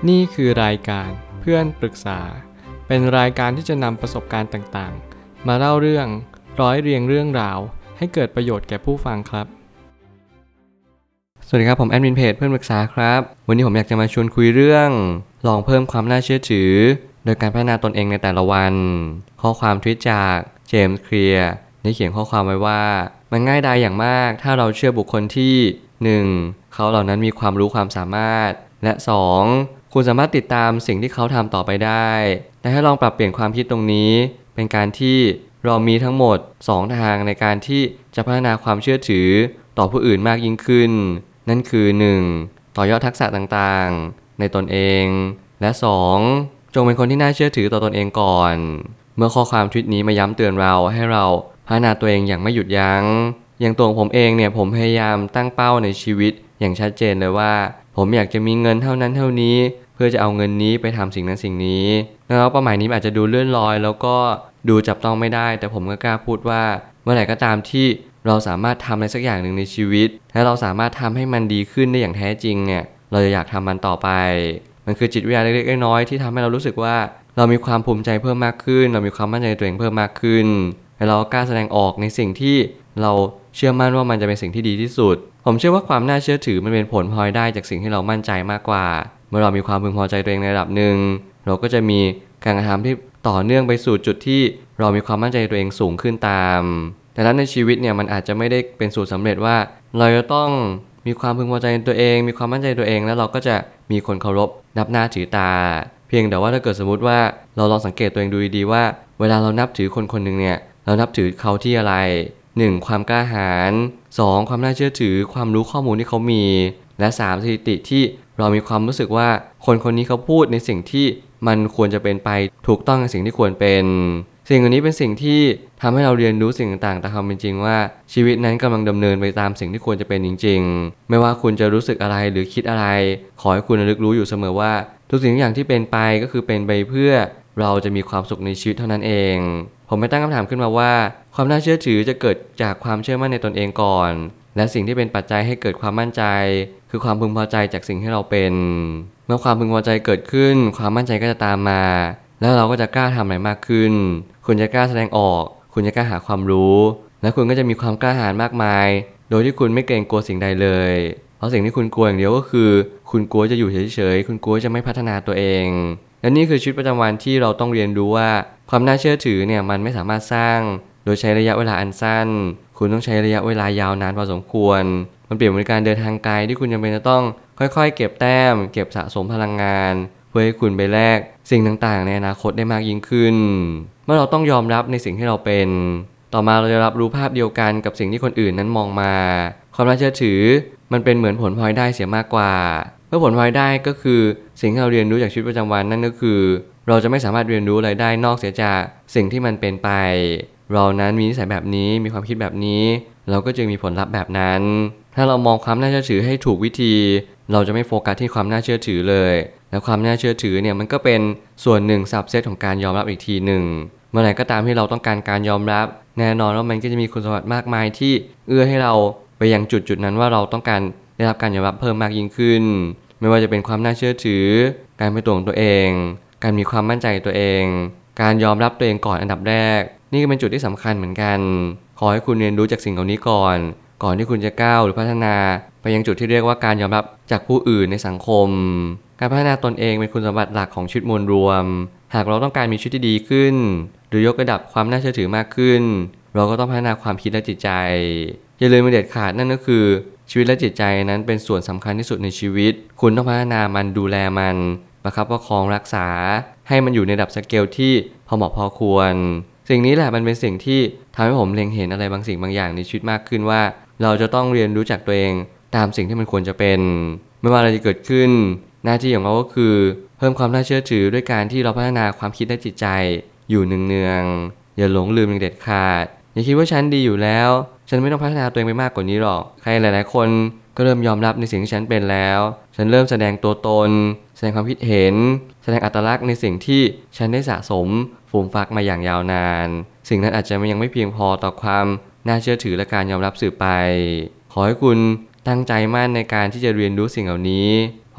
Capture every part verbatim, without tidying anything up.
นี่คือรายการเพื่อนปรึกษาเป็นรายการที่จะนำประสบการณ์ต่างๆมาเล่าเรื่องร้อยเรียงเรื่องราวให้เกิดประโยชน์แก่ผู้ฟังครับสวัสดีครับผมแอดมินเพจเพื่อนปรึกษาครับวันนี้ผมอยากจะมาชวนคุยเรื่องลองเพิ่มความน่าเชื่อถือโดยการพัฒนาตนเองในแต่ละวันข้อความทวิตจากเจมส์เคลียร์ได้เขียนข้อความไว้ว่ามันง่ายดายอย่างมากถ้าเราเชื่อบุคคลที่ หนึ่ง เขาเหล่านั้นมีความรู้ความสามารถและสองคุณสามารถติดตามสิ่งที่เขาทำต่อไปได้แต่ให้ลองปรับเปลี่ยนความคิดตรงนี้เป็นการที่เรามีทั้งหมดสองทางในการที่จะพัฒนาความเชื่อถือต่อผู้อื่นมากยิ่งขึ้นนั่นคือ หนึ่ง ต่อยอดทักษะต่างๆในตนเองและสองจงเป็นคนที่น่าเชื่อถือต่อตนเองก่อนเมื่อข้อความทวิตนี้มาย้ำเตือนเราให้เราพัฒนาตัวเองอย่างไม่หยุดยั้งอย่างตัวผมเองเนี่ยผมพยายามตั้งเป้าในชีวิตอย่างชัดเจนเลยว่าผมอยากจะมีเงินเท่านั้นเท่านี้เพื่อจะเอาเงินนี้ไปทำสิ่งนั้นสิ่งนี้แล้วเป้าหมายนี้อาจจะดูเลื่อนลอยแล้วก็ดูจับต้องไม่ได้แต่ผมก็กล้าพูดว่าเมื่อไหร่ก็ตามที่เราสามารถทำอะไรสักอย่างหนึ่งในชีวิตและเราสามารถทำให้มันดีขึ้นได้อย่างแท้จริงเนี่ยเราจะอยากทำมันต่อไปมันคือจิตวิทยาเล็กๆน้อยๆที่ทำให้เรารู้สึกว่าเรามีความภูมิใจเพิ่มมากขึ้นเรามีความมั่นใจในตัวเองเพิ่มมากขึ้นและเรากล้าแสดงออกในสิ่งที่เราเชื่อมั่นว่ามันจะเป็นสิ่งที่ดีที่สุดผมเชื่อว่าความน่าเชื่อถือมันเป็นผลพลอยได้จากสิ่งที่เรามั่นใจมากกว่าเมื่อเรามีความพึงพอใจตัวเองในระดับหนึ่งเราก็จะมีการกระทำที่ต่อเนื่องไปสู่จุดที่เรามีความมั่นใจในตัวเองสูงขึ้นตามแต่แล้วในชีวิตเนี่ยมันอาจจะไม่ได้เป็นสูตรสำเร็จว่าเราจะต้องมีความพึงพอใจในตัวเองมีความมั่นใจในตัวเองแล้วเราก็จะมีคนเคารพนับหน้าถือตาเพียงแต่ว่าถ้าเกิดสมมุติว่าเราลองสังเกตตัวเองดูดีๆว่าเวลาเรานับถือคนคนหนึ่งเนี่ยเรานับถือเขาที่อะไร หนึ่ง ความกล้าหาญ สอง ความน่าเชื่อถือความรู้ข้อมูลที่เขามีและสามสถิติที่เรามีความรู้สึกว่าคนคนนี้เขาพูดในสิ่งที่มันควรจะเป็นไปถูกต้องในสิ่งที่ควรเป็นสิ่งเหล่านี้เป็นสิ่งที่ทำให้เราเรียนรู้สิ่งต่างๆตามความเป็นจริงว่าชีวิตนั้นกำลังดำเนินไปตามสิ่งที่ควรจะเป็นจริงๆไม่ว่าคุณจะรู้สึกอะไรหรือคิดอะไรขอให้คุณระลึกรู้อยู่เสมอว่าทุกสิ่งทุกอย่างที่เป็นไปก็คือเป็นไปเพื่อเราจะมีความสุขในชีวิตเท่านั้นเองผมไม่ตั้งคำถามขึ้นมาว่าความน่าเชื่อถือจะเกิดจากความเชื่อมั่นในตนเองก่อนและสิ่งที่เป็นปัจจัยให้เกิดความมั่นใจคือความพึงพอใจจากสิ่งที่เราเป็นเมื่อความพึงพอใจเกิดขึ้นความมั่นใจก็จะตามมาแล้วเราก็จะกล้าทำอะไรมากขึ้นคุณจะกล้าแสดงออกคุณจะกล้าหาความรู้และคุณก็จะมีความกล้าหาญมากมายโดยที่คุณไม่เกรงกลัวสิ่งใดเลยเพราะสิ่งที่คุณกลัวอย่างเดียวก็คือคุณกลัวจะอยู่เฉยๆคุณกลัวจะไม่พัฒนาตัวเองและนี่คือชีวิตประจำวันที่เราต้องเรียนรู้ว่าความน่าเชื่อถือเนี่ยมันไม่สามารถสร้างโดยใช้ระยะเวลาอันสั้นคุณต้องใช้ระยะเวลายาวนานพอสมควรมันเปลี่ยนเป็นการเดินทางไกลที่คุณจำเป็นจะต้องค่อยๆเก็บแต้มเก็บสะสมพลังงานเพื่อให้คุณไปแลกสิ่งต่างๆในอนาคตได้มากยิ่งขึ้นเมื่อเราต้องยอมรับในสิ่งที่เราเป็นต่อมาเราจะรับรู้ภาพเดียวกันกับสิ่งที่คนอื่นนั้นมองมาความน่าเชื่อถือมันเป็นเหมือนผลพลอยได้เสียมากกว่าเมื่อผลพลอยได้ก็คือสิ่งที่เราเรียนรู้จากชีวิตประจำวันนั่นก็คือเราจะไม่สามารถเรียนรู้อะไรได้นอกเสียจากสิ่งที่มันเป็นไปเรานั้นมีนิสัยแบบนี้มีความคิดแบบนี้เราก็จึงมีผลลัพธ์แบบนั้นถ้าเรามองความน่าเชื่อถือให้ถูกวิธีเราจะไม่โฟกัสที่ความน่าเชื่อถือเลยและความน่าเชื่อถือเนี่ยมันก็เป็นส่วนหนึ่งซับเซตของการยอมรับอีกทีหนึ่งเมื่อไหร่ก็ตามที่เราต้องการการยอมรับแน่นอนว่ามันก็จะมีคุณสมบัติมากมายที่เอื้อให้เราไปยังจุดจุดนั้นว่าเราต้องการได้รับการยอมรับเพิ่มมากยิ่งขึ้นไม่ว่าจะเป็นความน่าเชื่อถือการเป็นตัวของตัวเองการมีความมั่นใจในตัวเองการยอมรับตัวเองก่อนอันดับแรกนี่ก็เป็นจุดที่สำคัญเหมือนกันขอให้คุณเรียนรู้จากสิ่งเหล่านี้ก่อนก่อนที่คุณจะก้าวหรือพัฒนาไปยังจุดที่เรียกว่าการยอมรับจากผู้อื่นในสังคมการพัฒนาตนเองเป็นคุณสมบัติหลักของชีวิตมวลรวมหากเราต้องการมีชีวิตที่ดีขึ้นหรือยกระดับความน่าเชื่อถือมากขึ้นเราก็ต้องพัฒนาความคิดและจิตใจอย่าลืมไม่เด็ดขาดนั่นก็คือชีวิตและจิตใจนั้นเป็นส่วนสำคัญที่สุดในชีวิตคุณต้องพัฒนามันดูแลมันประคับประคองรักษาให้มันอยู่ในระดับสเกลที่พอเหมาะพอควรสิ่งนี้แหละมันเป็นสิ่งที่ทำให้ผมเล็งเห็นอะไรบางสิ่งบางอย่างในชีวิตมากขึ้นว่าเราจะต้องเรียนรู้จักตัวเองตามสิ่งที่มันควรจะเป็นไม่ว่าอะไรจะเกิดขึ้นหน้าที่ของเราก็คือเพิ่มความน่าเชื่อถือด้วยการที่เราพัฒนาความคิดและจิตใจอยู่เนืองๆอย่าหลงลืมอย่างเด็ดขาดอย่าคิดว่าฉันดีอยู่แล้วฉันไม่ต้องพัฒนาตัวเองไปมากกว่านี้หรอกใครหลายๆคนก็เริ่มยอมรับในสิ่งที่ฉันเป็นแล้วฉันเริ่มแสดงตัวตนแสดงความคิดเห็นแสดงอัตลักษณ์ในสิ่งที่ฉันได้สะสมฟูมฟักมาอย่างยาวนานสิ่งนั้นอาจจะยังไม่เพียงพอต่อความน่าเชื่อถือและการยอมรับสืบไปขอให้คุณตั้งใจมั่นในการที่จะเรียนรู้สิ่งเหล่านี้เพราะ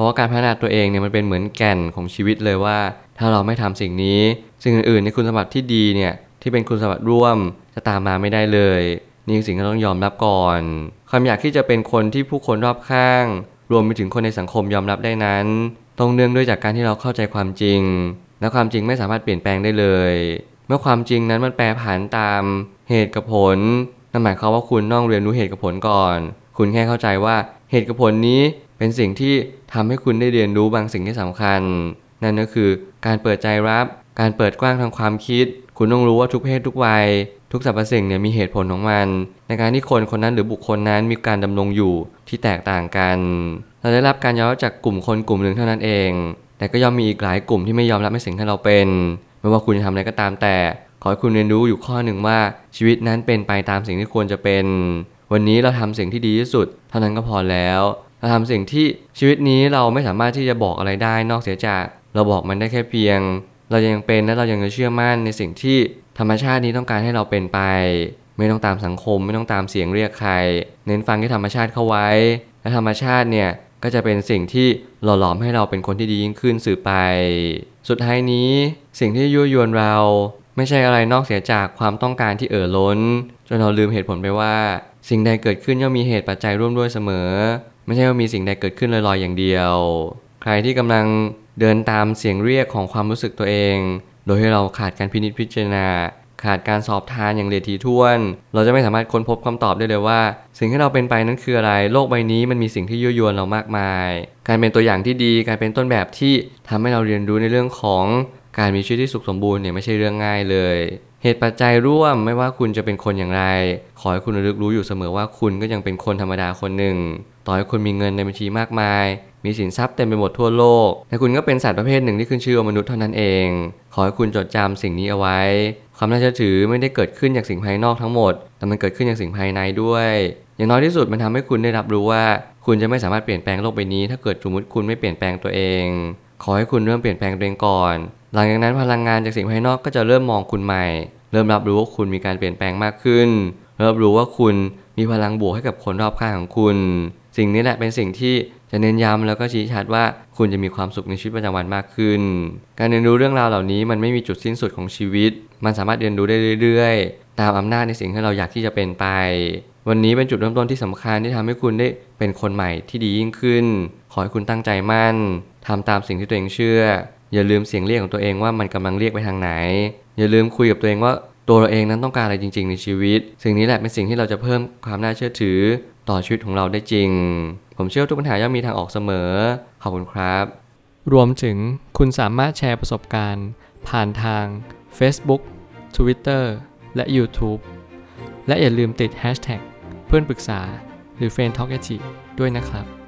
ราะว่าการพัฒนาตัวเองเนี่ยมันเป็นเหมือนแก่นของชีวิตเลยว่าถ้าเราไม่ทำสิ่งนี้สิ่งอื่นๆในคุณสมบัติที่ดีเนี่ยที่เป็นคุณสมบัติร่วมจะตามมาไม่ได้เลยนี่คือสิ่งที่ต้องยอมรับก่อนความอยากที่จะเป็นคนที่ผู้คนรอบข้างรวมไปถึงคนในสังคมยอมรับได้นั้นต้องเนื่องด้วยจากการที่เราเข้าใจความจริงและความจริงไม่สามารถเปลี่ยนแปลงได้เลยเมื่อความจริงนั้นมันแปรผันตามเหตุกับผลนั่นหมายความว่าคุณต้องเรียนรู้เหตุกับผลก่อนคุณแค่เข้าใจว่าเหตุกับผลนี้เป็นสิ่งที่ทำให้คุณได้เรียนรู้บางสิ่งที่สำคัญนั่นก็คือการเปิดใจรับการเปิดกว้างทางความคิดคุณต้องรู้ว่าทุกเพศทุกวัยทุกสรรพสิ่งเนี่ยมีเหตุผลของมันในการที่คนคนนั้นหรือบุคคลนั้นมีการดำรงอยู่ที่แตกต่างกันเราได้รับการยอมรับจากกลุ่มคนกลุ่มหนึ่งเท่านั้นเองแต่ก็ย่อมมีอีกหลายกลุ่มที่ไม่ยอมรับในสิ่งที่เราเป็นไม่ว่าคุณจะทำอะไรก็ตามแต่ขอให้คุณเรียนรู้อยู่ข้อหนึ่งว่าชีวิตนั้นเป็นไปตามสิ่งที่ควรจะเป็นวันนี้เราทำสิ่งที่ดีที่สุดเท่านั้นก็พอแล้วเราทำสิ่งที่ชีวิตนี้เราไม่สามารถที่จะบอกอะไรได้นอกเสียจากเราบอกมันได้แค่เพียงเรายังเป็นและเรายังจะเชื่อมั่นในสิ่งที่ธรรมชาตินี้ต้องการให้เราเป็นไปไม่ต้องตามสังคมไม่ต้องตามเสียงเรียกใครเน้นฟังที่ธรรมชาติเข้าไว้และธรรมชาติเนี่ยก็จะเป็นสิ่งที่หล่อหลอมให้เราเป็นคนที่ดียิ่งขึ้นสืบไปสุดท้ายนี้สิ่งที่ยั่วยวนเราไม่ใช่อะไรนอกเสียจากความต้องการที่เอ่อล้นจนเราลืมเหตุผลไปว่าสิ่งใดเกิดขึ้นย่อมมีเหตุปัจจัยร่วมด้วยเสมอไม่ใช่ว่ามีสิ่งใดเกิดขึ้นลอยๆอย่างเดียวใครที่กำลังเดินตามเสียงเรียกของความรู้สึกตัวเองโดยที่เราขาดการพินิจพิจารณาขาดการสอบทานอย่างละเอียดถี่ถ้วนเราจะไม่สามารถค้นพบคำตอบได้เลยว่าสิ่งที่เราเป็นไปนั้นคืออะไรโลกใบนี้มันมีสิ่งที่ยั่วยวนเรามากมายการเป็นตัวอย่างที่ดีการเป็นต้นแบบที่ทำให้เราเรียนรู้ในเรื่องของการมีชีวิตที่สุขสมบูรณ์เนี่ยไม่ใช่เรื่องง่ายเลยเหตุปัจจัยร่วมไม่ว่าคุณจะเป็นคนอย่างไรขอให้คุณระลึกรู้อยู่เสมอว่าคุณก็ยังเป็นคนธรรมดาคนหนึ่งต่อให้คุณมีเงินในบัญชีมากมายมีสินทรัพย์เต็มไปหมดทั่วโลกแต่คุณก็เป็นสัตว์ประเภทหนึ่งที่ขึ้นชื่อว่ามนุษย์เท่านั้นเองขอให้คุณจดจำสิ่งนี้เอาไว้ความน่าเชื่อถือไม่ได้เกิดขึ้นจากสิ่งภายนอกทั้งหมดแต่มันเกิดขึ้นจากสิ่งภายในด้วยอย่างน้อยที่สุดมันทำให้คุณได้รับรู้ว่าคุณจะไม่สามารถเปลี่ยนแปลงโลกใบนี้ถ้าเกิดสมมติคุณไม่เปลี่ยนแปลงตัวเองขอให้คุณเริ่มเปลี่ยนแปลงตัวเองก่อนหลังจากนั้นพลังงานจากสิ่งภายนอกก็จะเริ่มมองคุณใหม่เริ่มรับรู้ว่าคุณมีการเปลี่ยนแปลงมากขึ้นเริ่มรู้ว่าคุณมีพลังบวกให้กับคนรอบข้างของคุณสิ่งนี้แหละเป็นสิ่งที่จะเน้นย้ำแล้วก็ชี้ชัดว่าคุณจะมีความสุขในชีวิตประจำวันมากขึ้นการเรียนรู้เรื่องราวเหล่านี้มันไม่มีจุดสิ้นสุดของชีวิตมันสามารถเรียนรู้ได้เรื่อยๆตามอำนาจในสิ่งที่เราอยากที่จะเป็นไปวันนี้เป็นจุดเริ่มต้นที่สำคัญที่ทำให้คุณได้เป็นคนใหม่ที่ดียิ่งขึ้นขอให้คุณตั้งใจมั่นทำตามสิ่งที่ตัวเองเชื่ออย่าลืมเสียงเรียกของตัวเองว่ามันกำลังเรียกไปทางไหนอย่าลืมคุยกับตัวเองว่าตัวเราเองนั้นต้องการอะไรจริงๆในชีวิตสิ่งนี้แหละเป็นสิ่งที่เราจะเพิ่มความน่าเชื่อถือต่อชีวิตของเราได้จริงผมเชื่อทุกปัญหาย่อมมีทางออกเสมอขอบคุณครับรวมถึงคุณสามารถแชร์ประสบการณ์ผ่านทาง Facebook Twitter และ YouTube และอย่าลืมติด แฮชแท็ก เพื่อนปรึกษาหรือ เฟรนด์ ทอล์ก แอท จี ด้วยนะครับ